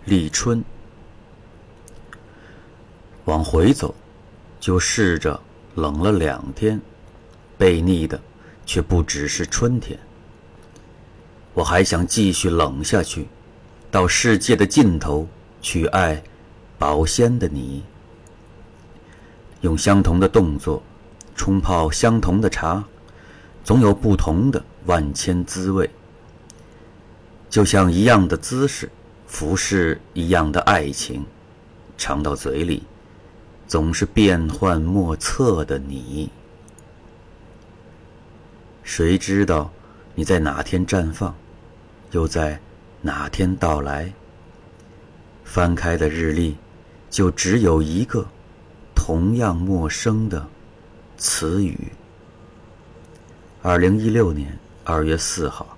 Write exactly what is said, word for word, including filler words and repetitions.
立春。往回走，就试着冷了两天，背逆的却不只是春天。我还想继续冷下去，到世界的尽头去爱保鲜的你。用相同的动作冲泡相同的茶，总有不同的万千滋味。就像一样的姿势服侍一样的爱情，尝到嘴里总是变幻莫测的你。谁知道你在哪天绽放，又在哪天到来？翻开的日历就只有一个同样陌生的词语。二零一六年二月四号。